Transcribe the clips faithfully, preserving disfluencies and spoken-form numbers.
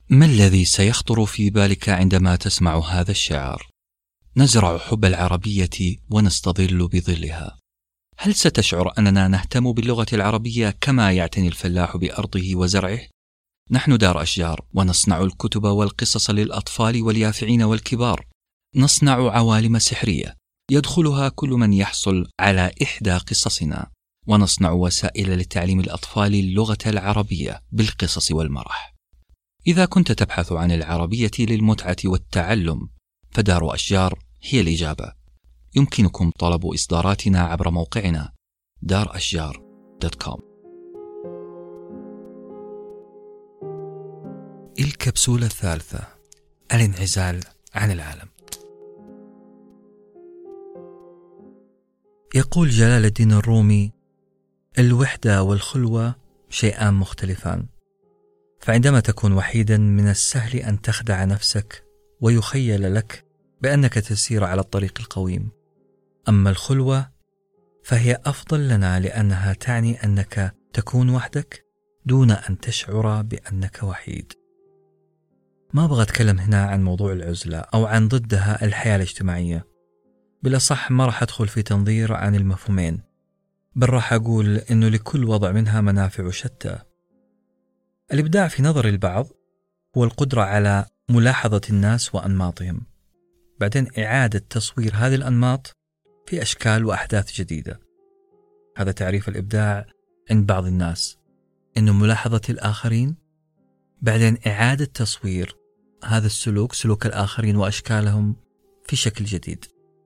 ما الذي سيخطر في بالك عندما تسمع هذا الشعار؟ نزرع حب العربية ونستظل بظلها. هل ستشعر أننا نهتم باللغة العربية كما يعتني الفلاح بأرضه وزرعه؟ نحن دار أشجار، ونصنع الكتب والقصص للأطفال واليافعين والكبار. نصنع عوالم سحرية يدخلها كل من يحصل على إحدى قصصنا، ونصنع وسائل لتعليم الأطفال اللغة العربية بالقصص والمرح. إذا كنت تبحث عن العربية للمتعة والتعلم، فدار أشجار هي الإجابة. يمكنكم طلب إصداراتنا عبر موقعنا دار أشجار دوت كوم. الكبسولة الثالثة: الانعزال عن العالم. يقول جلال الدين الرومي: الوحدة والخلوة شيئان مختلفان، فعندما تكون وحيدا من السهل أن تخدع نفسك ويخيل لك بأنك تسير على الطريق القويم. أما الخلوة فهي أفضل لنا، لأنها تعني أنك تكون وحدك دون أن تشعر بأنك وحيد. ما أبغى أتكلم هنا عن موضوع العزلة أو عن ضدها الحياة الاجتماعية، بالأصح ما راح أدخل في تنظير عن المفهومين، بل راح أقول إنه لكل وضع منها منافع شتى. الإبداع في نظر البعض هو القدرة على ملاحظة الناس وأنماطهم، بعدين إعادة تصوير هذه الأنماط في أشكال وأحداث جديدة. هذا تعريف الإبداع عند بعض الناس، إنه ملاحظة الآخرين، بعدين إعادة تصوير هذا السلوك، سلوك الآخرين وأشكالهم، في شكل جديد.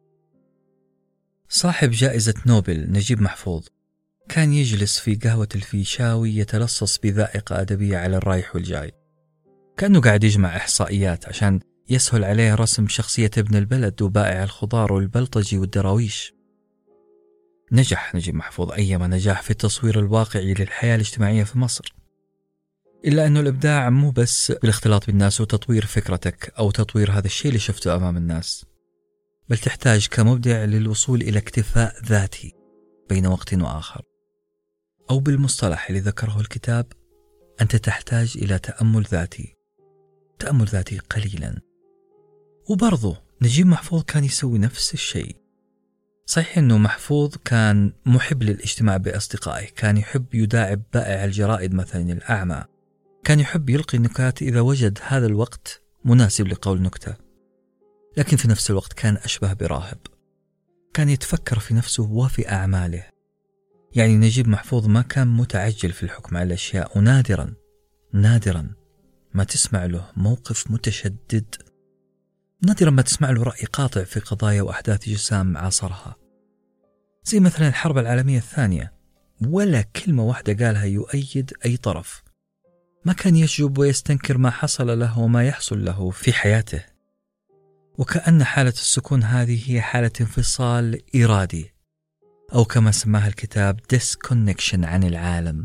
صاحب جائزة نوبل نجيب محفوظ كان يجلس في قهوة الفيشاوي يتلصص بذائقة أدبية على الرايح والجاي، كأنه قاعد يجمع إحصائيات عشان يسهل عليه رسم شخصية ابن البلد وبائع الخضار والبلطجي والدراويش. نجح نجيب محفوظ أيما نجاح في التصوير الواقعي للحياة الاجتماعية في مصر، إلا أنه الإبداع مو بس بالاختلاط بالناس وتطوير فكرتك أو تطوير هذا الشيء اللي شفته أمام الناس، بل تحتاج كمبدع للوصول إلى اكتفاء ذاتي بين وقت وآخر، أو بالمصطلح اللي ذكره الكتاب، أنت تحتاج إلى تأمل ذاتي، تأمل ذاتي قليلا. وبرضه نجيب محفوظ كان يسوي نفس الشيء. صحيح أنه محفوظ كان محب للاجتماع بأصدقائه، كان يحب يداعب بائع الجرائد مثلا الأعمى، كان يحب يلقي النكات إذا وجد هذا الوقت مناسب لقول نكتة، لكن في نفس الوقت كان أشبه براهب، كان يتفكر في نفسه وفي أعماله. يعني نجيب محفوظ ما كان متعجل في الحكم على الأشياء، ونادرا نادرا ما تسمع له موقف متشدد، نادرا ما تسمع له رأي قاطع في قضايا وأحداث جسام عاصرها، زي مثلا الحرب العالمية الثانية، ولا كلمة واحدة قالها يؤيد أي طرف. ما كان يشجب ويستنكر ما حصل له وما يحصل له في حياته، وكأن حالة السكون هذه هي حالة انفصال إرادي، أو كما سماها الكتاب disconnection عن العالم.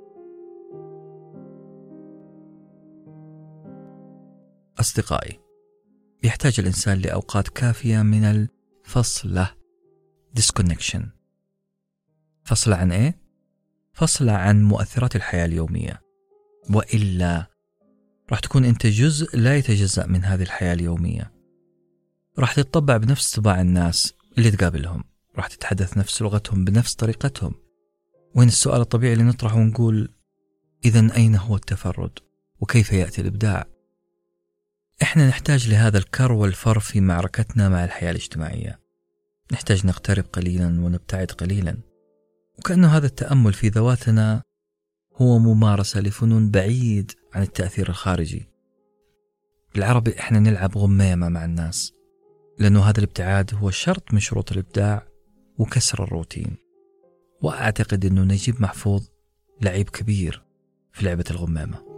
أصدقائي، يحتاج الإنسان لأوقات كافية من الفصلة disconnection. فصل عن إيه؟ فصل عن مؤثرات الحياة اليومية، وإلا راح تكون أنت جزء لا يتجزأ من هذه الحياة اليومية. راح تتطبع بنفس طباع الناس اللي تقابلهم، راح تتحدث نفس لغتهم بنفس طريقتهم. وين السؤال الطبيعي اللي نطرحه ونقول: إذن أين هو التفرد؟ وكيف يأتي الإبداع؟ إحنا نحتاج لهذا الكر والفر في معركتنا مع الحياة الاجتماعية. نحتاج نقترب قليلا ونبتعد قليلا، وكأنه هذا التأمل في ذواتنا هو ممارسة لفنون بعيد عن التأثير الخارجي. بالعربي إحنا نلعب غميمة مع الناس، لأنه هذا الابتعاد هو شرط من شروط الإبداع وكسر الروتين. وأعتقد أنه نجيب محفوظ لعيب كبير في لعبة الغمامة.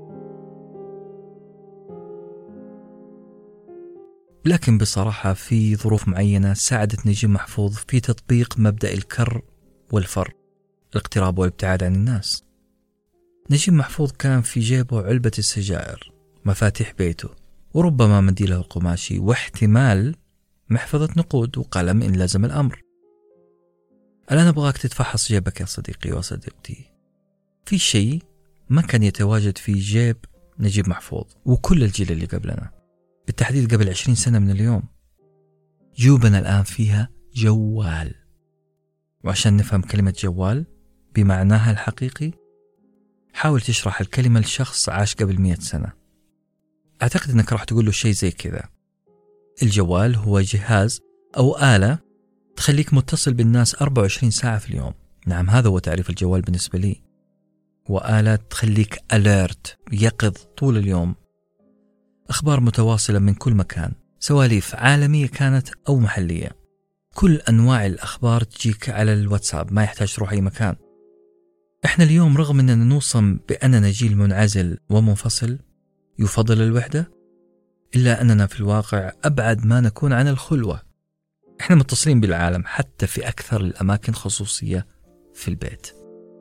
لكن بصراحة في ظروف معينة ساعدت نجيب محفوظ في تطبيق مبدأ الكر والفر، الاقتراب والابتعاد عن الناس. نجيب محفوظ كان في جيبه علبة السجائر، مفاتيح بيته، وربما منديله القماشي، واحتمال محفظة نقود وقلم إن لازم الأمر. الآن أبغاك تتفحص جيبك يا صديقي وصديقتي. في شيء ما كان يتواجد في جيب نجيب محفوظ وكل الجيل اللي قبلنا، بالتحديد قبل عشرين سنة من اليوم، جيوبنا الآن فيها جوال. وعشان نفهم كلمة جوال بمعناها الحقيقي، حاول تشرح الكلمة لشخص عاش قبل مئة سنة. أعتقد أنك راح تقول له شيء زي كذا: الجوال هو جهاز أو آلة تخليك متصل بالناس أربعة وعشرين ساعة في اليوم. نعم، هذا هو تعريف الجوال بالنسبة لي. وآلة تخليك alert، يقظ طول اليوم. أخبار متواصلة من كل مكان، سواليف عالمية كانت أو محلية. كل أنواع الأخبار تجيك على الواتساب، ما يحتاج تروح أي مكان. إحنا اليوم رغم أننا نوصم بأننا جيل منعزل ومنفصل يفضل الوحدة، إلا أننا في الواقع أبعد ما نكون عن الخلوة. إحنا متصلين بالعالم حتى في أكثر الأماكن خصوصية في البيت.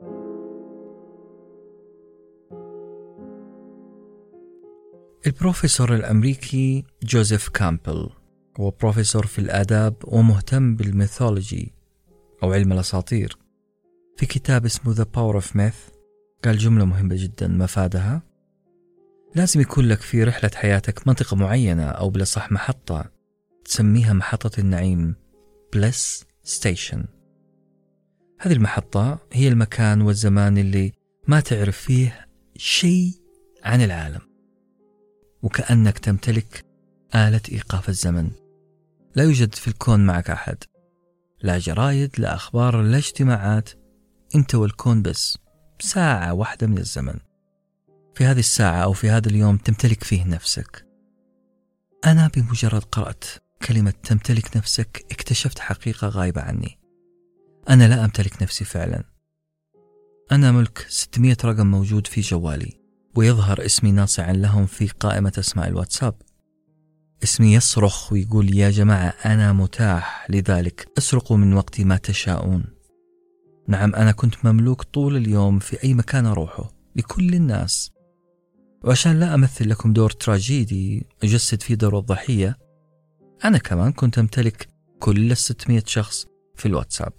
البروفيسور الأمريكي جوزيف كامبل هو بروفيسور في الآداب ومهتم بالميثولوجي أو علم الأساطير. في كتاب اسمه The Power of Myth قال جملة مهمة جدا مفادها: لازم يكون لك في رحلة حياتك منطقة معينة، أو بالأصح محطة تسميها محطة النعيم Bliss Station. هذه المحطة هي المكان والزمان اللي ما تعرف فيه شيء عن العالم، وكأنك تمتلك آلة إيقاف الزمن. لا يوجد في الكون معك أحد، لا جرايد، لا أخبار، لا اجتماعات، أنت والكون بس، ساعة واحدة من الزمن. في هذه الساعة أو في هذا اليوم تمتلك فيه نفسك. أنا بمجرد قرأت كلمة تمتلك نفسك اكتشفت حقيقة غايبة عني. أنا لا أمتلك نفسي فعلا. أنا ملك ستمائة رقم موجود في جوالي، ويظهر اسمي ناصعا لهم في قائمة أسماء الواتساب. اسمي يصرخ ويقول: يا جماعة أنا متاح، لذلك اسرقوا من وقتي ما تشاءون. نعم، أنا كنت مملوك طول اليوم في أي مكان أروحه لكل الناس. وعشان لا أمثل لكم دور تراجيدي أجسد فيه دور الضحية، أنا كمان كنت أمتلك كل الستمائة شخص في الواتساب.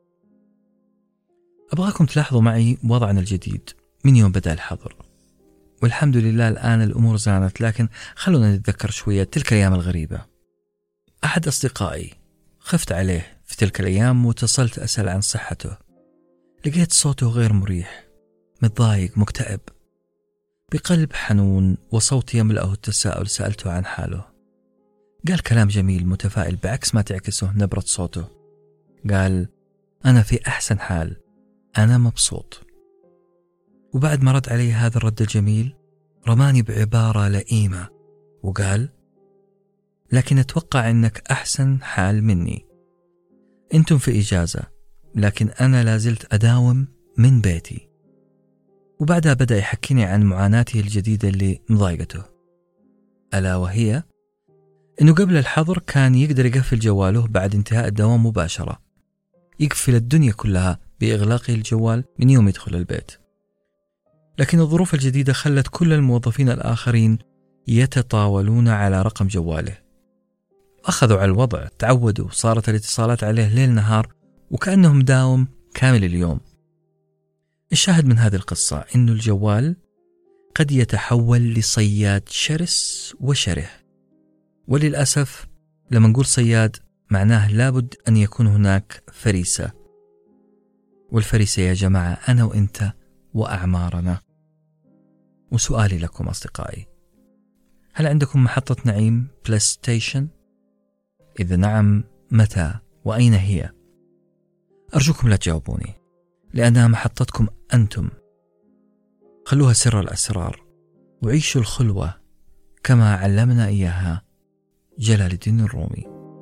أبغاكم تلاحظوا معي وضعنا الجديد من يوم بدأ الحظر، والحمد لله الآن الأمور زانت، لكن خلونا نتذكر شوية تلك الأيام الغريبة. أحد أصدقائي خفت عليه في تلك الأيام واتصلت أسأل عن صحته. لقيت صوته غير مريح، متضايق، مكتئب، بقلب حنون وصوت يملأه التساؤل. سألته عن حاله، قال كلام جميل متفائل بعكس ما تعكسه نبرة صوته. قال: أنا في أحسن حال، أنا مبسوط. وبعد ما رد علي هذا الرد الجميل رماني بعبارة لئيمة وقال: لكن أتوقع أنك أحسن حال مني. أنتم في إجازة، لكن أنا لازلت أداوم من بيتي. وبعدها بدأ يحكيني عن معاناته الجديدة اللي مضايقته، ألا وهي أنه قبل الحظر كان يقدر يقفل جواله بعد انتهاء الدوام مباشرة، يقفل الدنيا كلها بإغلاقه الجوال من يوم يدخل البيت. لكن الظروف الجديدة خلت كل الموظفين الآخرين يتطاولون على رقم جواله. أخذوا على الوضع، تعودوا، صارت الاتصالات عليه ليل نهار وكأنه مداوم كامل اليوم. الشاهد من هذه القصة إنه الجوال قد يتحول لصياد شرس وشره. وللأسف لما نقول صياد معناه لابد أن يكون هناك فريسة. والفريسة يا جماعة أنا وإنت وأعمارنا. وسؤالي لكم أصدقائي، هل عندكم محطة نعيم بلاي ستيشن؟ إذا نعم، متى وأين هي؟ أرجوكم لا تجاوبوني، لأنها محطتكم أنتم. خلوها سر الأسرار، وعيشوا الخلوة كما علمنا إياها جلال الدين الرومي.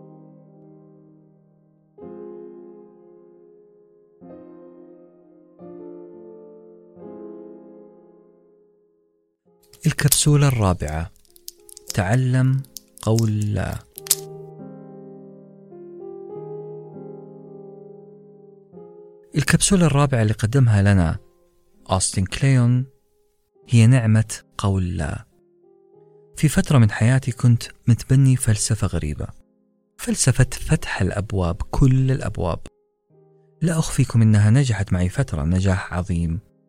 الكبسولة الرابعة: تعلم قول لا. الكبسولة الرابعة اللي قدمها لنا أوستن كليون هي نعمة قول لا. في فترة من حياتي كنت متبني فلسفة غريبة، فلسفة فتح الأبواب، كل الأبواب. لا أخفيكم إنها نجحت معي فترة نجاح عظيم،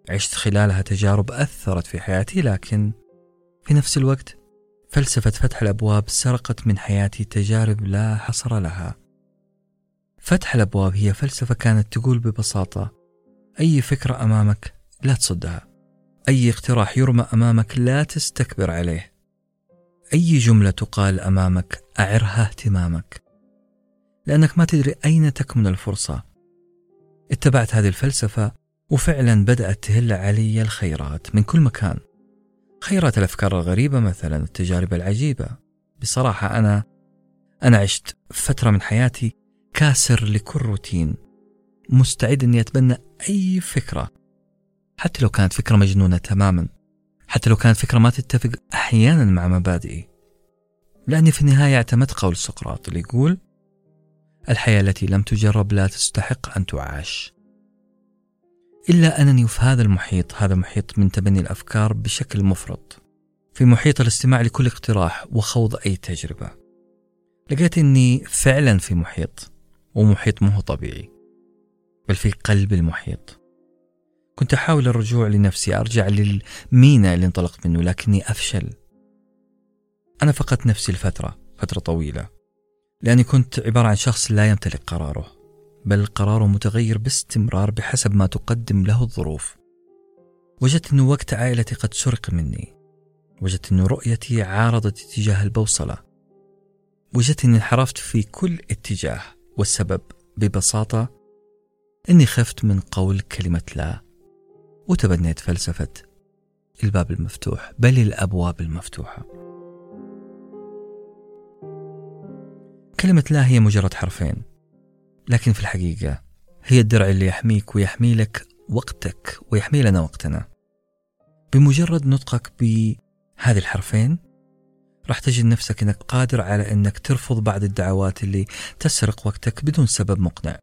عشت خلالها تجارب أثرت في حياتي، لكن في نفس الوقت فلسفة فتح الأبواب سرقت من حياتي تجارب لا حصر لها. فتح الأبواب هي فلسفة كانت تقول ببساطة: أي فكرة أمامك لا تصدها، أي اقتراح يرمى أمامك لا تستكبر عليه، أي جملة تقال أمامك أعرها اهتمامك، لأنك ما تدري أين تكمن الفرصة. اتبعت هذه الفلسفة وفعلا بدأت تهل علي الخيرات من كل مكان، خيرات الأفكار الغريبة مثلا، التجارب العجيبة. بصراحة أنا أنا عشت فترة من حياتي كاسر لكل روتين، مستعد أني أتبنى أي فكرة، حتى لو كانت فكرة مجنونة تماما، حتى لو كانت فكرة ما تتفق أحيانا مع مبادئي، لأني في النهاية اعتمدت قول سقراط اللي يقول: الحياة التي لم تجرب لا تستحق أن تعاش. إلا أنني في هذا المحيط، هذا محيط من تبني الأفكار بشكل مفرط، في محيط الاستماع لكل اقتراح وخوض أي تجربة، لقيت أني فعلا في محيط، ومحيط مو طبيعي، بل في قلب المحيط. كنت أحاول الرجوع لنفسي، أرجع للمينا اللي انطلقت منه، لكني أفشل. أنا فقدت نفسي لفترة فترة طويلة، لأني كنت عبارة عن شخص لا يمتلك قراره، بل قراره متغير باستمرار بحسب ما تقدم له الظروف. وجدت أن وقت عائلتي قد سرق مني، وجدت أن رؤيتي عارضت اتجاه البوصلة، وجدت أني انحرفت في كل اتجاه، والسبب ببساطة أني خفت من قول كلمة لا، وتبنيت فلسفة الباب المفتوح، بل الأبواب المفتوحة. كلمة لا هي مجرد حرفين، لكن في الحقيقة هي الدرع اللي يحميك ويحمي لك وقتك ويحمي لنا وقتنا. بمجرد نطقك بهذه الحرفين راح تجد نفسك أنك قادر على أنك ترفض بعض الدعوات اللي تسرق وقتك بدون سبب مقنع.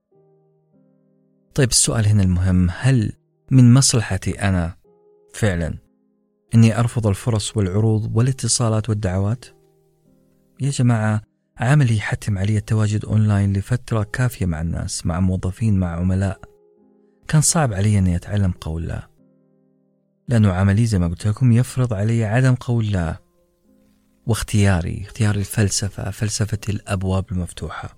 طيب السؤال هنا المهم: هل من مصلحتي أنا فعلا أني أرفض الفرص والعروض والاتصالات والدعوات؟ يا جماعة، عملي يحتم علي التواجد أونلاين لفترة كافية مع الناس، مع موظفين، مع عملاء. كان صعب علي أني أتعلم قول لا، لأنه عملي زي ما قلت لكم يفرض علي عدم قول لا، واختياري اختيار الفلسفة، فلسفة الأبواب المفتوحة.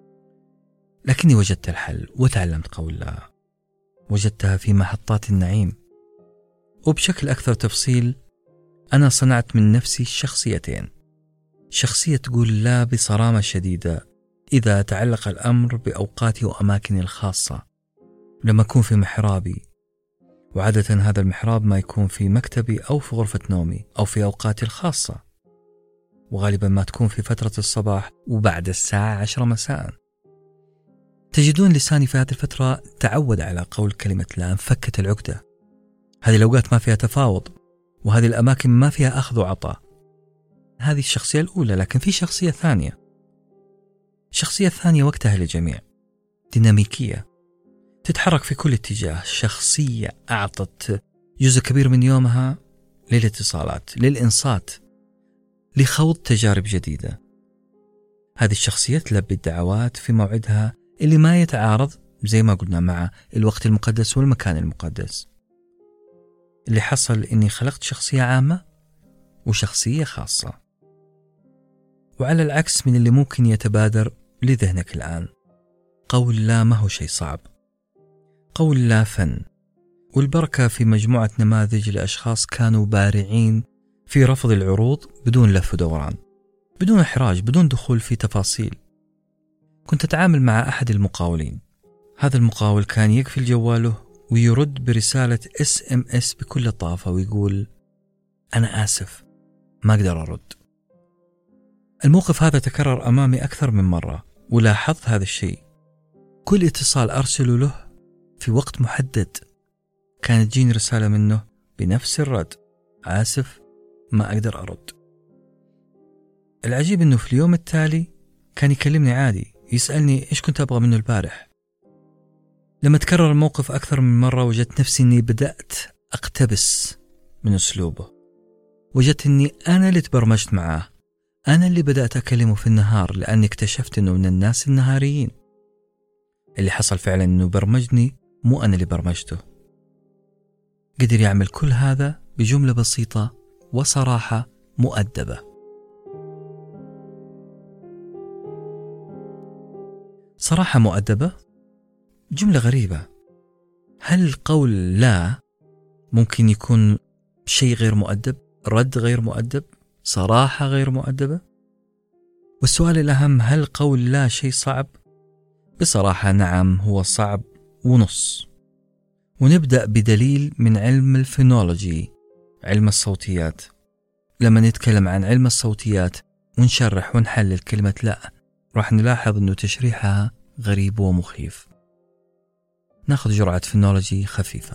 لكني وجدت الحل وتعلمت قول لا، وجدتها في محطات النعيم. وبشكل أكثر تفصيل، أنا صنعت من نفسي شخصيتين: شخصية تقول لا بصرامة شديدة إذا تعلق الأمر بأوقاتي وأماكني الخاصة، لما أكون في محرابي، وعادة هذا المحراب ما يكون في مكتبي أو في غرفة نومي أو في أوقاتي الخاصة، وغالبا ما تكون في فترة الصباح وبعد الساعة عشرة مساء. تجدون لساني في هذه الفترة تعود على قول كلمة لا، انفكت العقدة. هذه الأوقات ما فيها تفاوض، وهذه الأماكن ما فيها أخذ وعطاء. هذه الشخصية الأولى. لكن في شخصية ثانية، الشخصية الثانية وقتها للجميع، ديناميكية، تتحرك في كل اتجاه. شخصية أعطت جزء كبير من يومها للاتصالات، للإنصات، لخوض تجارب جديدة. هذه الشخصية تلبي الدعوات في موعدها اللي ما يتعارض زي ما قلنا مع الوقت المقدس والمكان المقدس. اللي حصل إني خلقت شخصية عامة وشخصية خاصة. وعلى العكس من اللي ممكن يتبادر لذهنك الآن، قول لا ما هو شيء صعب. قول لا فن، والبركة في مجموعة نماذج لأشخاص كانوا بارعين في رفض العروض بدون لف ودوران، بدون إحراج، بدون دخول في تفاصيل. كنت أتعامل مع أحد المقاولين، هذا المقاول كان يقفل جواله ويرد برسالة اس ام اس بكل لطافة ويقول: أنا آسف ما أقدر أرد. الموقف هذا تكرر أمامي أكثر من مرة، ولاحظت هذا الشيء. كل اتصال أرسله له في وقت محدد كانت تجيني رسالة منه بنفس الرد: آسف ما أقدر أرد. العجيب أنه في اليوم التالي كان يكلمني عادي، يسألني إيش كنت أبغى منه البارح. لما تكرر الموقف أكثر من مرة وجدت نفسي أني بدأت أقتبس من أسلوبه، وجدت أني أنا اللي تبرمجت معاه، أنا اللي بدأت أكلمه في النهار، لأني اكتشفت أنه من الناس النهاريين. اللي حصل فعلا أنه برمجني، مو أنا اللي برمجته. قدر يعمل كل هذا بجملة بسيطة وصراحة مؤدبة. صراحة مؤدبة، جملة غريبة. هل القول لا ممكن يكون شيء غير مؤدب؟ رد غير مؤدب؟ صراحة غير مؤدبة؟ والسؤال الأهم، هل قول لا شيء صعب؟ بصراحة نعم، هو صعب ونص. ونبدأ بدليل من علم الفونولوجي، علم الصوتيات. لما نتكلم عن علم الصوتيات ونشرح ونحلل كلمة لا، راح نلاحظ أنه تشريحها غريب ومخيف. ناخذ جرعة فونولوجي خفيفة.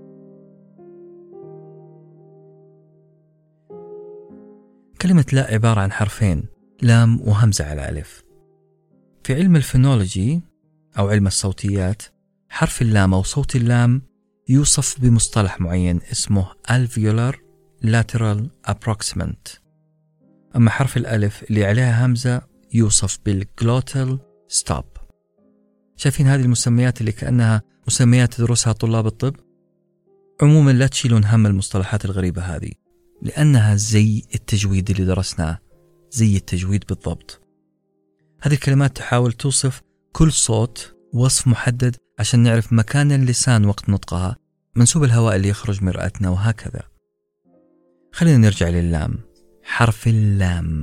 كلمة لا عبارة عن حرفين، لام وهمزة على ألف. في علم الفونولوجي أو علم الصوتيات، حرف اللام أو صوت اللام يوصف بمصطلح معين اسمه alveolar lateral approximant. أما حرف الألف اللي عليها همزة يوصف بالglottal stop. شايفين هذه المسميات اللي كأنها مسميات تدرسها طلاب الطب؟ عموما لا تشيلون هم المصطلحات الغريبة هذه، لأنها زي التجويد اللي درسناه، زي التجويد بالضبط. هذه الكلمات تحاول توصف كل صوت وصف محدد عشان نعرف مكان اللسان وقت نطقها، منسوب الهواء اللي يخرج من رئتنا، وهكذا. خلينا نرجع لللام. حرف اللام،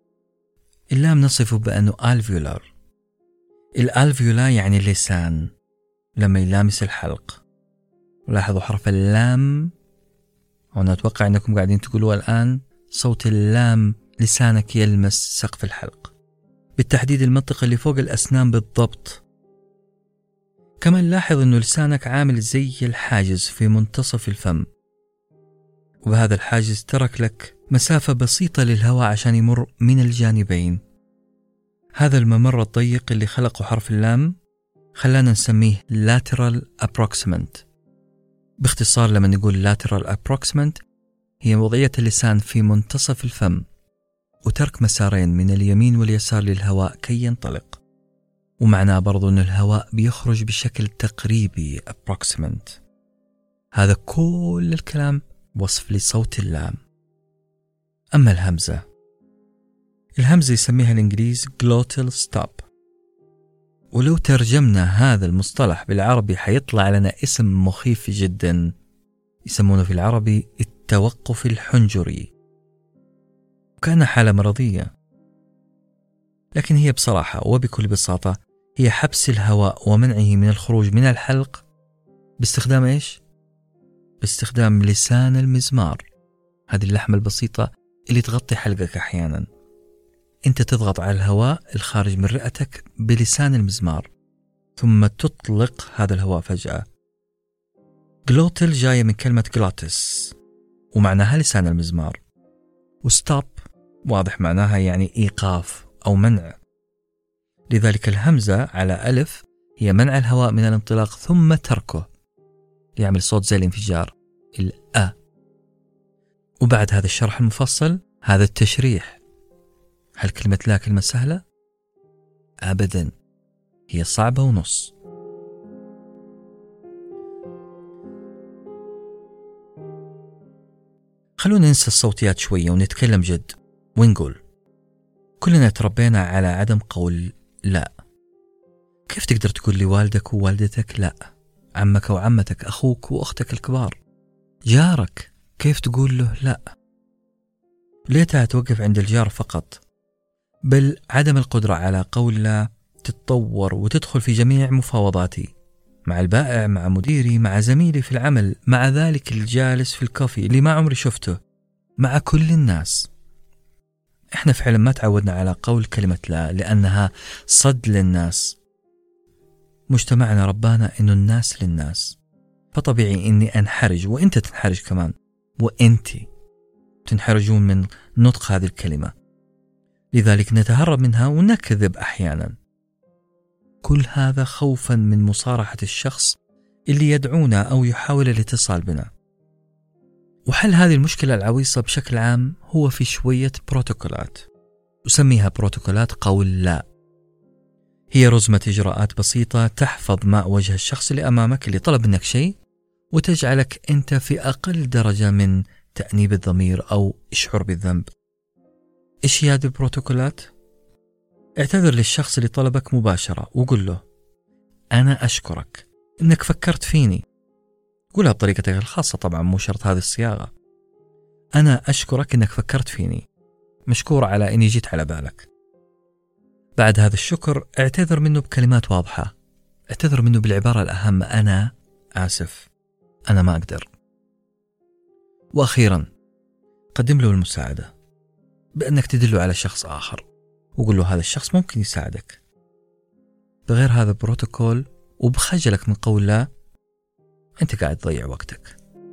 اللام نصفه بأنه alveolar. الالفيولا يعني اللسان لما يلامس الحلق. ولاحظوا حرف اللام، وأنا أتوقع أنكم قاعدين تقولوا الآن صوت اللام لسانك يلمس سقف الحلق، بالتحديد المنطقة اللي فوق الأسنان بالضبط. كمان لاحظ أنه لسانك عامل زي الحاجز في منتصف الفم، وبهذا الحاجز ترك لك مسافة بسيطة للهواء عشان يمر من الجانبين. هذا الممر الضيق اللي خلقه حرف اللام خلانا نسميه lateral approximant. باختصار لما نقول lateral approximant هي وضعية اللسان في منتصف الفم وترك مسارين من اليمين واليسار للهواء كي ينطلق، ومعناه برضو أن الهواء بيخرج بشكل تقريبي approximant. هذا كل الكلام وصف لصوت اللام. أما الهمزة، الهمزة يسميها الإنجليز glottal stop، ولو ترجمنا هذا المصطلح بالعربي حيطلع لنا اسم مخيف جدا، يسمونه في العربي التوقف الحنجري، وكان حالة مرضية. لكن هي بصراحة وبكل بساطة هي حبس الهواء ومنعه من الخروج من الحلق باستخدام إيش؟ باستخدام لسان المزمار. هذه اللحمة البسيطة اللي تغطي حلقك أحيانا، أنت تضغط على الهواء الخارج من رئتك بلسان المزمار ثم تطلق هذا الهواء فجأة. glottal جاية من كلمة glottis ومعناها لسان المزمار، وستوب واضح معناها يعني إيقاف أو منع. لذلك الهمزة على ألف هي منع الهواء من الانطلاق ثم تركه يعمل صوت زي الانفجار، الأ. وبعد هذا الشرح المفصل، هذا التشريح، هل كلمة لا كلمة سهلة؟ أبدا، هي صعبة ونص. خلونا ننسى الصوتيات شوية ونتكلم جد ونقول كلنا تربينا على عدم قول لا. كيف تقدر تقول لوالدك ووالدتك لا؟ عمك وعمتك، أخوك وأختك الكبار، جارك، كيف تقول له لا؟ ليتها توقف عند الجار فقط، بل عدم القدرة على قول لا تتطور وتدخل في جميع مفاوضاتي مع البائع، مع مديري، مع زميلي في العمل، مع ذلك الجالس في الكافي اللي ما عمري شفته، مع كل الناس. احنا فعلا ما تعودنا على قول كلمة لا لأنها صد للناس. مجتمعنا ربانا إنه الناس للناس، فطبيعي إني أنحرج وإنت تنحرج كمان، وإنتي تنحرجون من نطق هذه الكلمة، لذلك نتهرب منها ونكذب أحيانا. كل هذا خوفا من مصارحة الشخص اللي يدعونا أو يحاول الاتصال بنا. وحل هذه المشكلة العويصة بشكل عام هو في شوية بروتوكولات، أسميها بروتوكولات قول لا. هي رزمة إجراءات بسيطة تحفظ ماء وجه الشخص اللي أمامك اللي طلب منك شيء، وتجعلك أنت في أقل درجة من تأنيب الضمير أو إشعر بالذنب. إيش هي هذه البروتوكولات؟ اعتذر للشخص اللي طلبك مباشرة وقل له أنا أشكرك إنك فكرت فيني. قولها بطريقتك الخاصة طبعا، مو شرط هذه الصياغة. أنا أشكرك إنك فكرت فيني، مشكور على إني جيت على بالك. بعد هذا الشكر اعتذر منه بكلمات واضحة، اعتذر منه بالعبارة الأهم أنا آسف، أنا ما أقدر. وأخيرا قدم له المساعدة بأنك تدله على شخص آخر وقل له هذا الشخص ممكن يساعدك. بغير هذا البروتوكول وبخجلك من قول لا، أنت قاعد تضيع وقتك.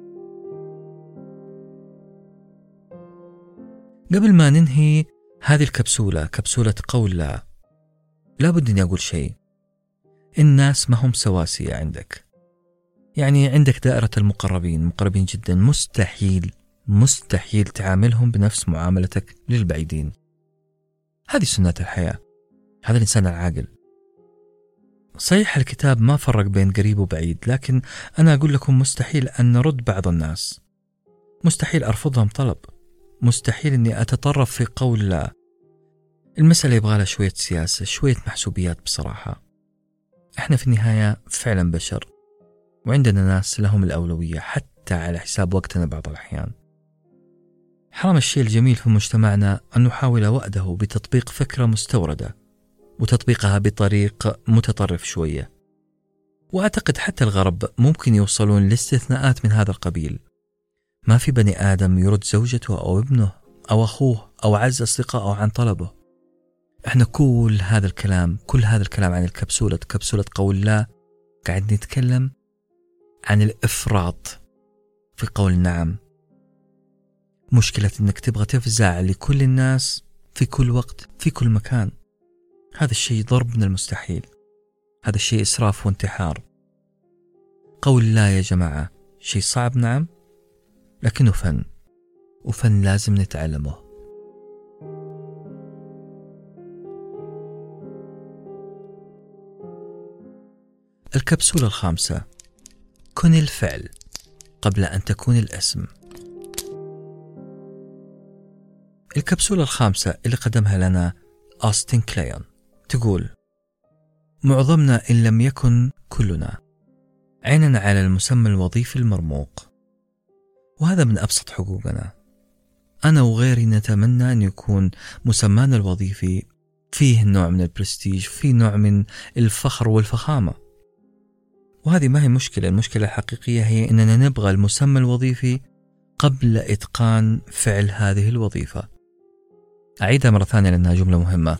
قبل ما ننهي هذه الكبسولة، كبسولة قول لا، لابد أن أقول شيء. الناس ما هم سواسية عندك، يعني عندك دائرة المقربين، مقربين جدا، مستحيل مستحيل تعاملهم بنفس معاملتك للبعيدين. هذه سنة الحياة، هذا الإنسان العاقل. صحيح الكتاب ما فرق بين قريب وبعيد، لكن أنا أقول لكم مستحيل أن نرد بعض الناس، مستحيل أرفضهم طلب، مستحيل أني أتطرف في قول لا. المسألة يبغى لها شوية سياسة، شوية محسوبيات. بصراحة إحنا في النهاية فعلا بشر، وعندنا ناس لهم الأولوية حتى على حساب وقتنا بعض الأحيان. حرام الشيء الجميل في مجتمعنا أن نحاول وأده بتطبيق فكرة مستوردة وتطبيقها بطريق متطرف شوية. وأعتقد حتى الغرب ممكن يوصلون لاستثناءات من هذا القبيل. ما في بني آدم يرد زوجته أو ابنه أو أخوه أو أعز أصدقائه عن طلبه. إحنا كل هذا الكلام كل هذا الكلام عن الكبسولة كبسولة قول لا، قاعد نتكلم عن الإفراط في قول نعم. مشكلة إنك تبغى تفزع لكل الناس في كل وقت في كل مكان. هذا الشيء ضرب من المستحيل، هذا الشيء إسراف وانتحار. قول لا يا جماعة شيء صعب نعم، لكنه فن، وفن لازم نتعلمه. الكبسولة الخامسة: كن الفعل قبل أن تكون الاسم. الكبسولة الخامسة اللي قدمها لنا أوستن كليون تقول: معظمنا إن لم يكن كلنا عيننا على المسمى الوظيفي المرموق، وهذا من أبسط حقوقنا. أنا وغيري نتمنى أن يكون مسمانا الوظيفي فيه نوع من البرستيج، فيه نوع من الفخر والفخامة، وهذه ما هي مشكلة. المشكلة الحقيقية هي أننا نبغى المسمى الوظيفي قبل إتقان فعل هذه الوظيفة. أعيدها مرة ثانية لأنها جملة مهمة.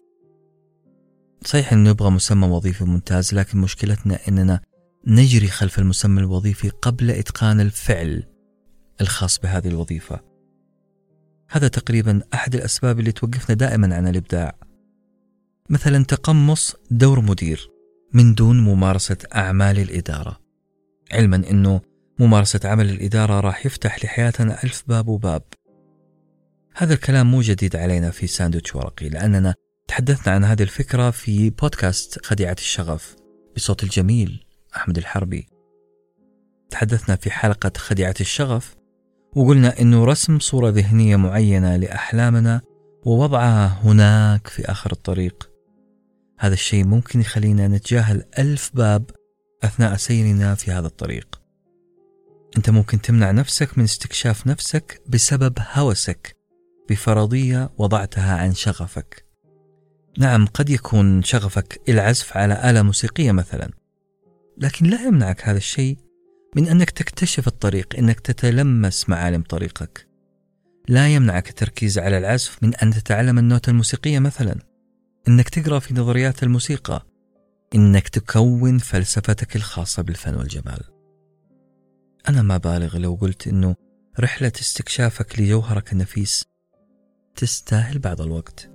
صحيح أن نبغى مسمى وظيفي ممتاز، لكن مشكلتنا أننا نجري خلف المسمى الوظيفي قبل إتقان الفعل الخاص بهذه الوظيفة. هذا تقريبا أحد الأسباب اللي توقفنا دائما عن الإبداع. مثلا تقمص دور مدير من دون ممارسة أعمال الإدارة، علما أنه ممارسة عمل الإدارة راح يفتح لحياتنا ألف باب وباب. هذا الكلام مو جديد علينا في ساندويتش ورقي، لأننا تحدثنا عن هذه الفكرة في بودكاست خديعة الشغف بصوت الجميل أحمد الحربي. تحدثنا في حلقة خديعة الشغف وقلنا أنه رسم صورة ذهنية معينة لأحلامنا ووضعها هناك في آخر الطريق، هذا الشيء ممكن يخلينا نتجاهل ألف باب أثناء سيرنا في هذا الطريق. أنت ممكن تمنع نفسك من استكشاف نفسك بسبب هوسك بفرضية وضعتها عن شغفك. نعم، قد يكون شغفك العزف على آلة موسيقية مثلا، لكن لا يمنعك هذا الشيء من أنك تكتشف الطريق، أنك تتلمس معالم طريقك. لا يمنعك التركيز على العزف من أن تتعلم النوتة الموسيقية مثلا، أنك تقرأ في نظريات الموسيقى، أنك تكون فلسفتك الخاصة بالفن والجمال. أنا ما بالغ لو قلت أنه رحلة استكشافك لجوهرك النفيس تستاهل بعض الوقت.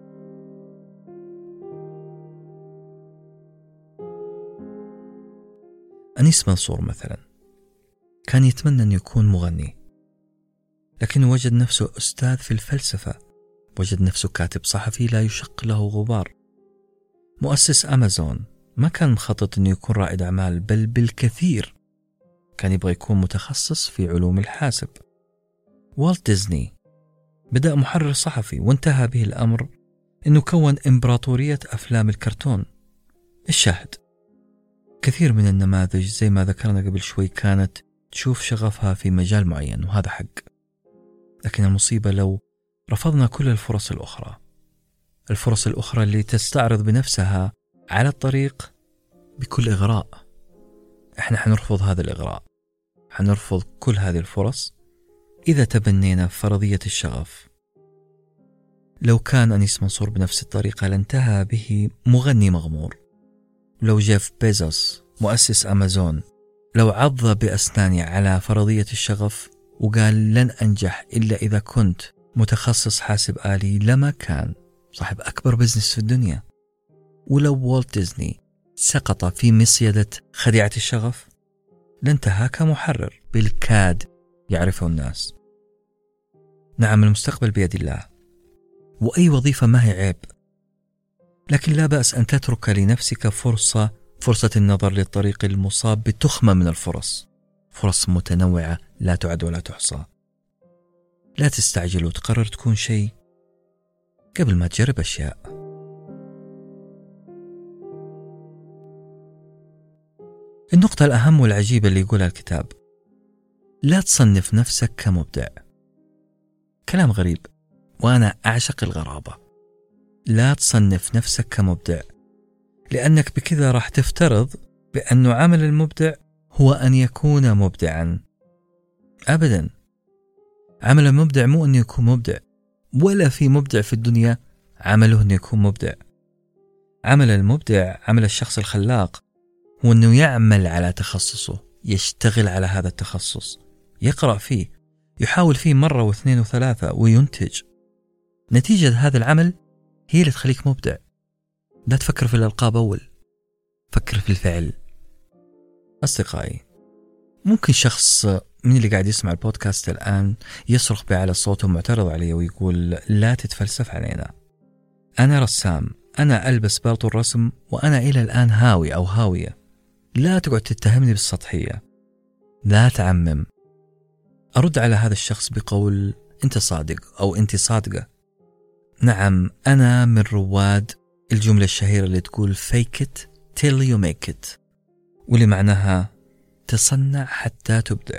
أنيس منصور مثلا كان يتمنى أن يكون مغني، لكنه وجد نفسه أستاذ في الفلسفة، وجد نفسه كاتب صحفي لا يشق له غبار. مؤسس أمازون ما كان مخطط أنه يكون رائد أعمال، بل بالكثير كان يبغى يكون متخصص في علوم الحاسب. والت ديزني بدأ محرر صحفي، وانتهى به الأمر أنه كون إمبراطورية أفلام الكرتون. الشاهد، كثير من النماذج زي ما ذكرنا قبل شوي كانت تشوف شغفها في مجال معين، وهذا حق. لكن المصيبة لو رفضنا كل الفرص الأخرى، الفرص الأخرى اللي تستعرض بنفسها على الطريق بكل إغراء. إحنا حنرفض هذا الإغراء، حنرفض كل هذه الفرص إذا تبنينا فرضية الشغف. لو كان أنيس منصور بنفس الطريقة لانتهى به مغني مغمور. لو جيف بيزوس مؤسس أمازون لو عض بأسناني على فرضية الشغف وقال لن أنجح إلا إذا كنت متخصص حاسب آلي، لما كان صاحب أكبر بزنس في الدنيا. ولو والت ديزني سقط في مصيدة خديعة الشغف لانتهى كمحرر بالكاد يعرفه الناس. نعم، المستقبل بيد الله، وأي وظيفة ما هي عيب، لكن لا بأس أن تترك لنفسك فرصة فرصة النظر للطريق المصاب بتخمة من الفرص، فرص متنوعة لا تعد ولا تحصى. لا تستعجل وتقرر تكون شيء قبل ما تجرب أشياء. النقطة الأهم والعجيبة اللي يقولها الكتاب: لا تصنف نفسك كمبدع. كلام غريب، وأنا أعشق الغرابة. لا تصنف نفسك كمبدع، لأنك بكذا راح تفترض بأن عمل المبدع هو أن يكون مبدعا. أبدا، عمل المبدع مو أن يكون مبدع، ولا في مبدع في الدنيا عمله أن يكون مبدع. عمل المبدع، عمل الشخص الخلاق، هو أنه يعمل على تخصصه، يشتغل على هذا التخصص، يقرأ فيه، يحاول فيه مرة واثنين وثلاثة وينتج. نتيجة هذا العمل هي اللي تخليك مبدع. لا تفكر في الألقاب أول، فكر في الفعل. أصدقائي، ممكن شخص من اللي قاعد يسمع البودكاست الآن يصرخ بعلى صوته معترض علي ويقول: لا تتفلسف علينا، أنا رسام، أنا ألبس بالطو الرسم وأنا إلى الآن هاوي أو هاوية. لا تقعد تتهمني بالسطحية، لا تعمم. أرد على هذا الشخص بقول: أنت صادق أو أنت صادقة. نعم، أنا من رواد الجملة الشهيرة اللي تقول fake it till you make it، واللي معناها تصنع حتى تبدع.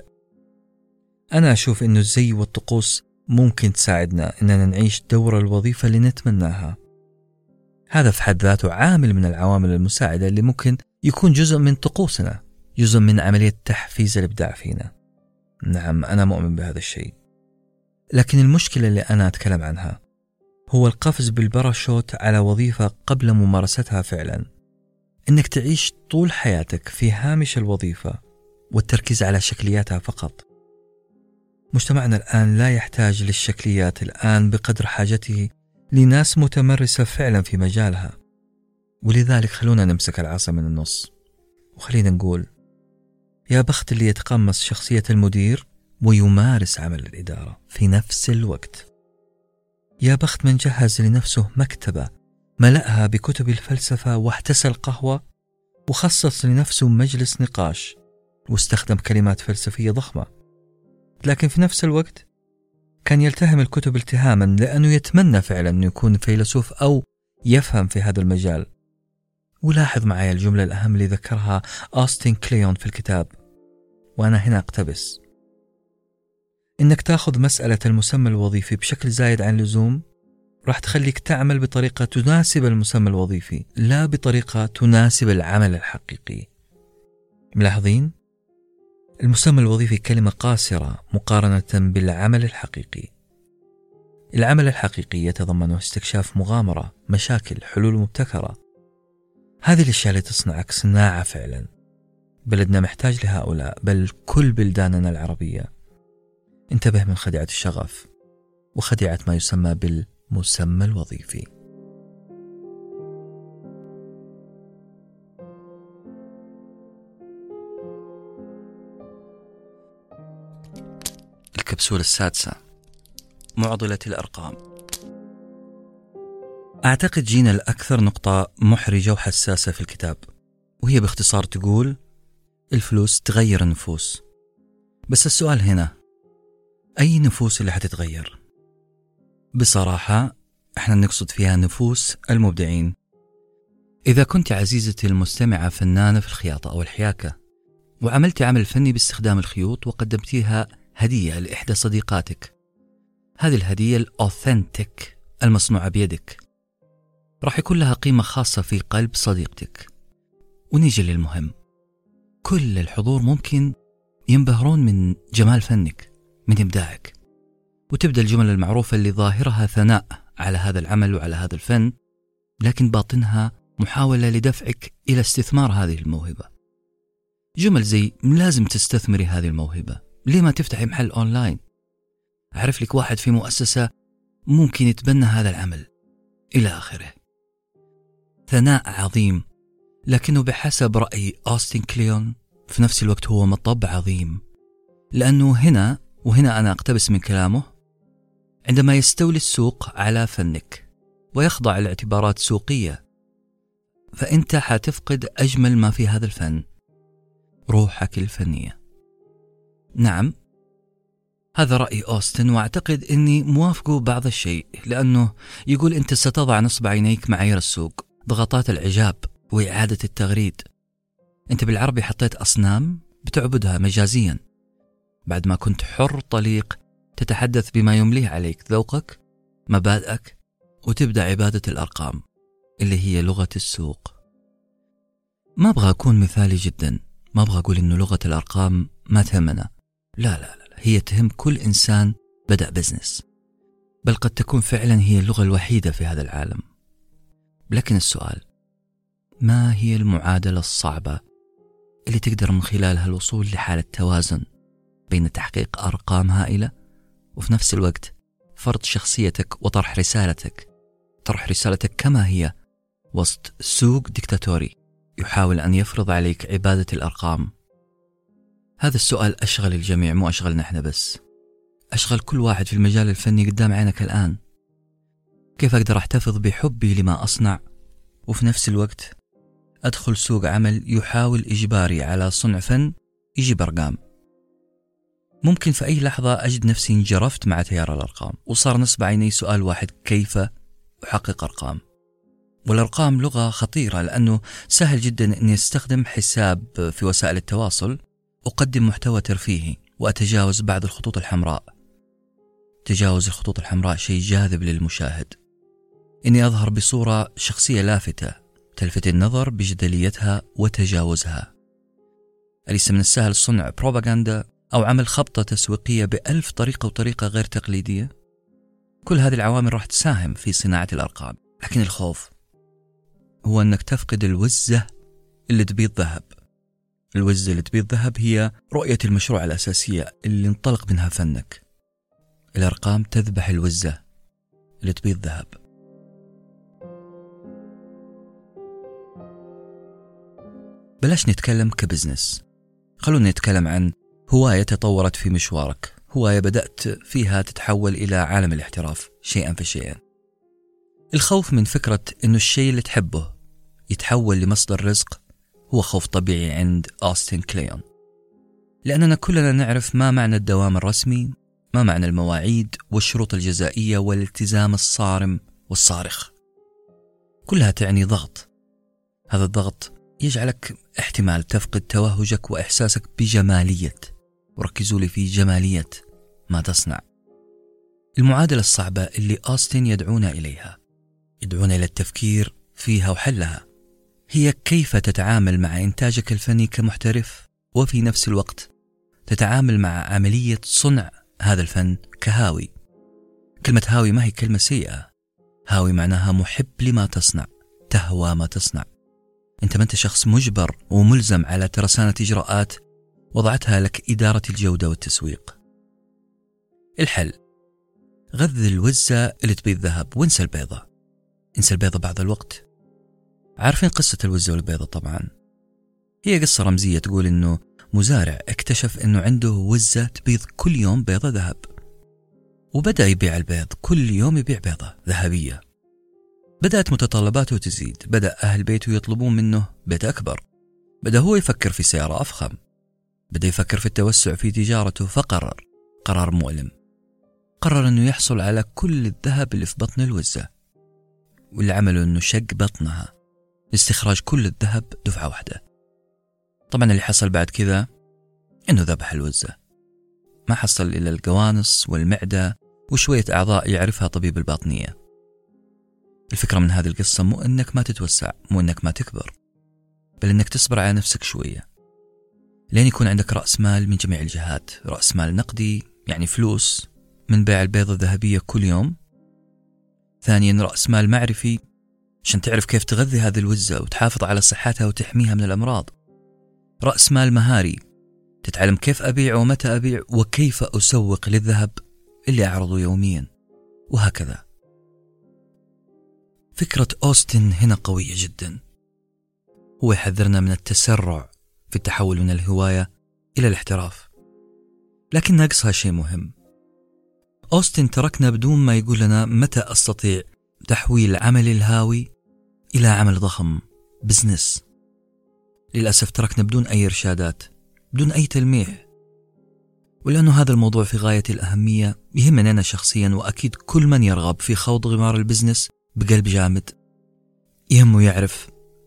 أنا أشوف إنه الزي والطقوس ممكن تساعدنا إننا نعيش دور الوظيفة اللي نتمناها. هذا في حد ذاته عامل من العوامل المساعدة اللي ممكن يكون جزء من طقوسنا، جزء من عملية تحفيز الإبداع فينا. نعم، أنا مؤمن بهذا الشيء. لكن المشكلة اللي أنا أتكلم عنها هو القفز بالباراشوت على وظيفة قبل ممارستها فعلا. إنك تعيش طول حياتك في هامش الوظيفة والتركيز على شكلياتها فقط. مجتمعنا الآن لا يحتاج للشكليات الآن بقدر حاجته لناس متمرسة فعلا في مجالها. ولذلك خلونا نمسك العصا من النص وخلينا نقول: يا بخت اللي يتقمص شخصية المدير ويمارس عمل الإدارة في نفس الوقت. يا بخت من جهز لنفسه مكتبة ملأها بكتب الفلسفة واحتسى القهوة وخصص لنفسه مجلس نقاش واستخدم كلمات فلسفية ضخمة، لكن في نفس الوقت كان يلتهم الكتب التهاما لأنه يتمنى فعلا أنه يكون فيلسوف أو يفهم في هذا المجال. ولاحظ معي الجملة الأهم اللي ذكرها أوستين كليون في الكتاب، وأنا هنا أقتبس: إنك تأخذ مسألة المسمى الوظيفي بشكل زايد عن اللزوم راح تخليك تعمل بطريقة تناسب المسمى الوظيفي، لا بطريقة تناسب العمل الحقيقي. ملاحظين؟ المسمى الوظيفي كلمة قاصرة مقارنة بالعمل الحقيقي. العمل الحقيقي يتضمن استكشاف مغامرة، مشاكل، حلول مبتكرة. هذه الأشياء اللي تصنعك صناعة فعلا. بلدنا محتاج لهؤلاء، بل كل بلداننا العربية. انتبه من خديعة الشغف وخديعة ما يسمى بالمسمى الوظيفي. الكبسولة السادسة: معضلة الأرقام. أعتقد جينا الأكثر نقطة محرجة وحساسة في الكتاب، وهي باختصار تقول: الفلوس تغير النفوس، بس السؤال هنا، أي نفوس اللي حتتغير؟ بصراحة احنا نقصد فيها نفوس المبدعين. إذا كنت عزيزتي المستمعة فنانة في الخياطة أو الحياكة، وعملت عمل فني باستخدام الخيوط وقدمتيها هدية لإحدى صديقاتك، هذه الهدية الأوثنتيك المصنوعة بيدك راح يكون لها قيمة خاصة في قلب صديقتك. ونيجي للمهم، كل الحضور ممكن ينبهرون من جمال فنك، من إبداعك، وتبدأ الجمل المعروفة اللي ظاهرها ثناء على هذا العمل وعلى هذا الفن، لكن باطنها محاولة لدفعك إلى استثمار هذه الموهبة. جمل زي لازم تستثمري هذه الموهبة، ليه ما تفتحي محل أونلاين، أعرف لك واحد في مؤسسة ممكن يتبنى هذا العمل، إلى آخره. ثناء عظيم، لكنه بحسب رأي أوستن كليون في نفس الوقت هو مطب عظيم، لأنه هنا وهنا أنا أقتبس من كلامه، عندما يستولي السوق على فنك ويخضع لاعتبارات سوقية، فأنت حتفقد أجمل ما في هذا الفن، روحك الفنية. نعم، هذا رأي أوستن، وأعتقد أني موافقه بعض الشيء، لأنه يقول أنت ستضع نصب عينيك معايير السوق، ضغطات الإعجاب وإعادة التغريد. أنت بالعربي حطيت أصنام بتعبدها مجازيا، بعد ما كنت حر طليق تتحدث بما يمليه عليك ذوقك، مبادئك، وتبدأ عبادة الأرقام اللي هي لغة السوق. ما أبغى أكون مثالي جدا، ما أبغى أقول إنه لغة الأرقام ما تهمنا، لا لا لا، هي تهم كل إنسان بدأ بزنس، بل قد تكون فعلا هي اللغة الوحيدة في هذا العالم. لكن السؤال، ما هي المعادلة الصعبة اللي تقدر من خلالها الوصول لحالة توازن بين تحقيق أرقام هائلة وفي نفس الوقت فرض شخصيتك وطرح رسالتك، طرح رسالتك كما هي وسط سوق ديكتاتوري يحاول أن يفرض عليك عبادة الأرقام؟ هذا السؤال أشغل الجميع، مو أشغلنا إحنا بس، أشغل كل واحد في المجال الفني قدام عينك الآن. كيف أقدر أحتفظ بحبي لما أصنع وفي نفس الوقت أدخل سوق عمل يحاول إجباري على صنع فن يجيب أرقام؟ ممكن في أي لحظة أجد نفسي انجرفت مع تيار الأرقام وصار نصب عيني سؤال واحد، كيف أحقق أرقام؟ والأرقام لغة خطيرة، لأنه سهل جدا أني أستخدم حساب في وسائل التواصل، أقدم محتوى ترفيهي وأتجاوز بعض الخطوط الحمراء. تجاوز الخطوط الحمراء شيء جاذب للمشاهد، إني أظهر بصورة شخصية لافتة تلفت النظر بجدليتها وتجاوزها. أليس من السهل صنع بروباغندا أو عمل خبطة تسويقية بألف طريقة وطريقة غير تقليدية؟ كل هذه العوامل راح تساهم في صناعة الأرقام، لكن الخوف هو أنك تفقد الوزة اللي تبيض ذهب. الوزة اللي تبيض ذهب هي رؤية المشروع الأساسية اللي انطلق منها فنك. الأرقام تذبح الوزة اللي تبيض ذهب. بلاش نتكلم كبزنس، خلونا نتكلم عن هواية تطورت في مشوارك، هواية بدأت فيها تتحول إلى عالم الاحتراف شيئا فشيئا. الخوف من فكرة إنه الشيء اللي تحبه يتحول لمصدر رزق هو خوف طبيعي عند أوستن كليون، لأننا كلنا نعرف ما معنى الدوام الرسمي، ما معنى المواعيد والشروط الجزائية والالتزام الصارم والصارخ. كلها تعني ضغط. هذا الضغط يجعلك احتمال تفقد توهجك وإحساسك بجمالية، وركزوا لي في جمالية ما تصنع. المعادلة الصعبة اللي أوستن يدعونا إليها، يدعونا إلى التفكير فيها وحلها، هي كيف تتعامل مع إنتاجك الفني كمحترف، وفي نفس الوقت تتعامل مع عملية صنع هذا الفن كهاوي. كلمة هاوي ما هي كلمة سيئة، هاوي معناها محب لما تصنع، تهوى ما تصنع. أنت ما أنت شخص مجبر وملزم على ترسانة إجراءات وضعتها لك إدارة الجودة والتسويق. الحل، غذي الوزة اللي تبيض ذهب وانسى البيضة. انسى البيضة بعض الوقت. عارفين قصة الوزة والبيضة طبعا؟ هي قصة رمزية تقول إنه مزارع اكتشف إنه عنده وزة تبيض كل يوم بيضة ذهب، وبدأ يبيع البيض، كل يوم يبيع بيضة ذهبية. بدأت متطلباته تزيد، بدأ أهل بيته يطلبون منه بيت أكبر، بدأ هو يفكر في سيارة أفخم، بدأ يفكر في التوسع في تجارته، فقرر قرار مؤلم. قرر أنه يحصل على كل الذهب اللي في بطن الوزة، واللي عمله أنه شق بطنها لاستخراج كل الذهب دفعة واحدة. طبعا اللي حصل بعد كذا أنه ذبح الوزة، ما حصل إلا القوانص والمعدة وشوية أعضاء يعرفها طبيب الباطنية. الفكرة من هذه القصة مو أنك ما تتوسع، مو أنك ما تكبر، بل أنك تصبر على نفسك شوية لين يكون عندك رأس مال من جميع الجهات. رأس مال نقدي يعني فلوس من بيع البيضة الذهبية كل يوم. ثانيا رأس مال معرفي عشان تعرف كيف تغذي هذه الوزة وتحافظ على صحتها وتحميها من الأمراض. رأس مال مهاري تتعلم كيف أبيع ومتى أبيع وكيف أسوق للذهب اللي أعرضه يوميا، وهكذا. فكرة أوستن هنا قوية جدا. هو يحذرنا من التسرع في التحول من الهواية إلى الاحتراف، لكن ناقصها شيء مهم. أوستن تركنا بدون ما يقول لنا متى أستطيع تحويل عملي الهاوي إلى عمل ضخم، بزنس. للأسف تركنا بدون أي إرشادات، بدون أي تلميح. ولأنه هذا الموضوع في غاية الأهمية يهمني أنا شخصيا، وأكيد كل من يرغب في خوض غمار البزنس بقلب جامد يهمه يعرف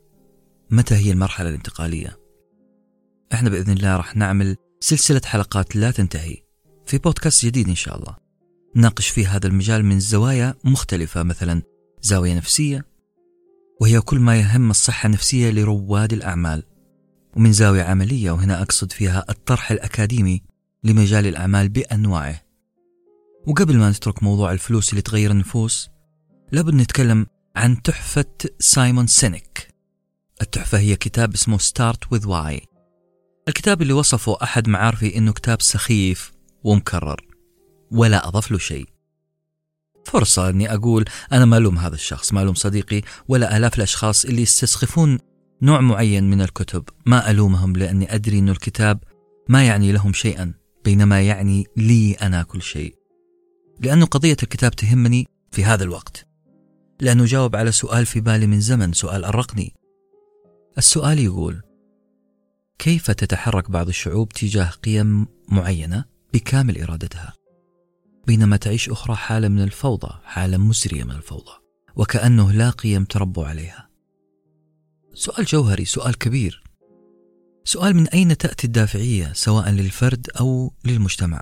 متى هي المرحلة الانتقالية. احنا بإذن الله راح نعمل سلسلة حلقات لا تنتهي في بودكاست جديد إن شاء الله، نناقش فيه هذا المجال من زوايا مختلفة، مثلا زاوية نفسية وهي كل ما يهم الصحة النفسية لرواد الأعمال، ومن زاوية عملية وهنا أقصد فيها الطرح الأكاديمي لمجال الأعمال بأنواعه. وقبل ما نترك موضوع الفلوس اللي تغير النفوس، لابد نتكلم عن تحفة سايمون سينيك. التحفة هي كتاب اسمه Start with Why. الكتاب اللي وصفه أحد معارفي إنه كتاب سخيف ومكرر ولا أضاف له شيء. فرصة أني أقول أنا ما ألوم هذا الشخص، ما ألوم صديقي ولا آلاف الأشخاص اللي يستسخفون نوع معين من الكتب. ما ألومهم لأني أدري أنه الكتاب ما يعني لهم شيئا، بينما يعني لي أنا كل شيء. لأنه قضية الكتاب تهمني في هذا الوقت، لأنه جاوب على سؤال في بالي من زمن، سؤال أرقني. السؤال يقول: كيف تتحرك بعض الشعوب تجاه قيم معينة بكامل إرادتها، بينما تعيش أخرى حالة من الفوضى، حالة مزرية من الفوضى، وكأنه لا قيم تربوا عليها؟ سؤال جوهري، سؤال كبير. سؤال من أين تأتي الدافعية سواء للفرد أو للمجتمع؟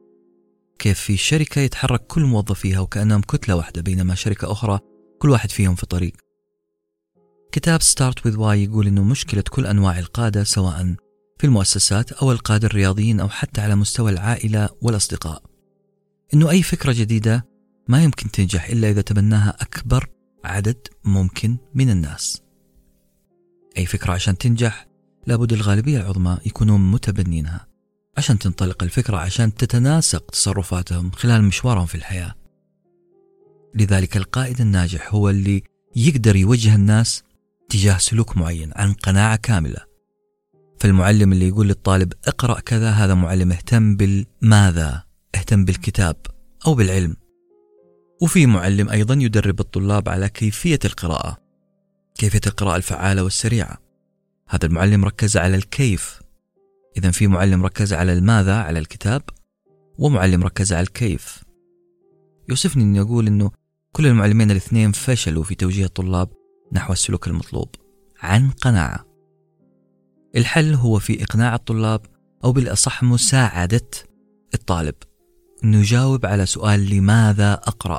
كيف في شركة يتحرك كل موظفيها وكأنهم كتلة واحدة، بينما شركة أخرى كل واحد فيهم في طريق؟ كتاب Start with Why يقول إنه مشكلة كل أنواع القادة سواء في المؤسسات أو القادة الرياضيين أو حتى على مستوى العائلة والأصدقاء، إنه أي فكرة جديدة ما يمكن تنجح إلا إذا تبناها أكبر عدد ممكن من الناس. أي فكرة عشان تنجح لابد الغالبية العظمى يكونون متبنينها عشان تنطلق الفكرة، عشان تتناسق تصرفاتهم خلال مشوارهم في الحياة. لذلك القائد الناجح هو اللي يقدر يوجه الناس تجاه سلوك معين عن قناعة كاملة. فالمعلم اللي يقول للطالب اقرأ كذا، هذا معلم اهتم بالماذا، اهتم بالكتاب أو بالعلم. وفي معلم أيضا يدرب الطلاب على كيفية القراءة، كيفية القراءة الفعالة والسريعة. هذا المعلم ركز على الكيف. إذن في معلم ركز على الماذا، على الكتاب، ومعلم ركز على الكيف. يوصفني أن يقول أنه كل المعلمين الاثنين فشلوا في توجيه الطلاب نحو السلوك المطلوب عن قناعة. الحل هو في إقناع الطلاب، أو بالأصح مساعدة الطالب أنه يجاوب على سؤال لماذا أقرأ.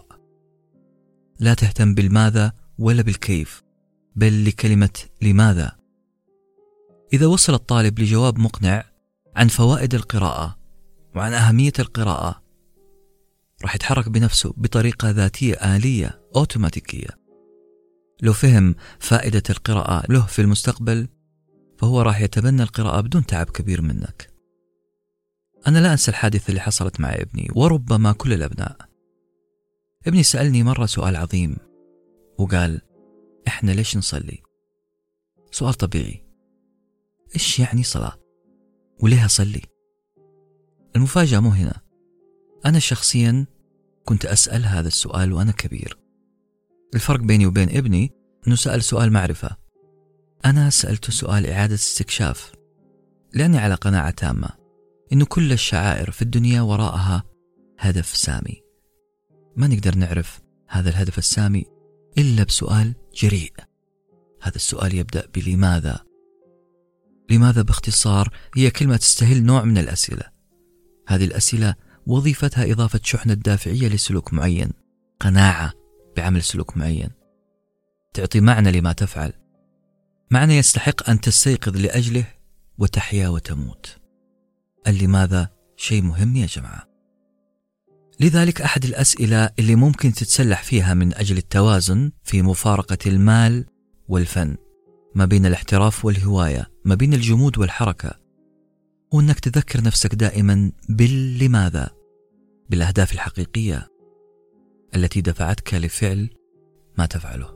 لا تهتم بالماذا ولا بالكيف، بل لكلمة لماذا. إذا وصل الطالب لجواب مقنع عن فوائد القراءة وعن أهمية القراءة، راح يتحرك بنفسه بطريقة ذاتية آلية أوتوماتيكية. لو فهم فائدة القراءة له في المستقبل، فهو راح يتبنى القراءة بدون تعب كبير منك. أنا لا أنسى الحادثة اللي حصلت مع ابني، وربما كل الأبناء. ابني سألني مرة سؤال عظيم وقال: إحنا ليش نصلي؟ سؤال طبيعي، إيش يعني صلاة؟ وليه أصلي؟ المفاجأة مو هنا. أنا شخصيا كنت أسأل هذا السؤال وأنا كبير. الفرق بيني وبين ابني أنه سأل سؤال معرفة، أنا سألته سؤال إعادة استكشاف. لأني على قناعة تامة إنه كل الشعائر في الدنيا وراءها هدف سامي. ما نقدر نعرف هذا الهدف السامي إلا بسؤال جريء. هذا السؤال يبدأ بلماذا. لماذا باختصار هي كلمة تستهل نوع من الأسئلة. هذه الأسئلة وظيفتها إضافة شحنة دافعية لسلوك معين، قناعة بعمل سلوك معين، تعطي معنى لما تفعل، معنى يستحق أن تستيقظ لأجله وتحيا وتموت. اللماذا شيء مهم يا جماعة. لذلك أحد الأسئلة اللي ممكن تتسلح فيها من أجل التوازن في مفارقة المال والفن، ما بين الاحتراف والهواية، ما بين الجمود والحركة، هو أنك تذكر نفسك دائما باللماذا، بالأهداف الحقيقية التي دفعتك لفعل ما تفعله.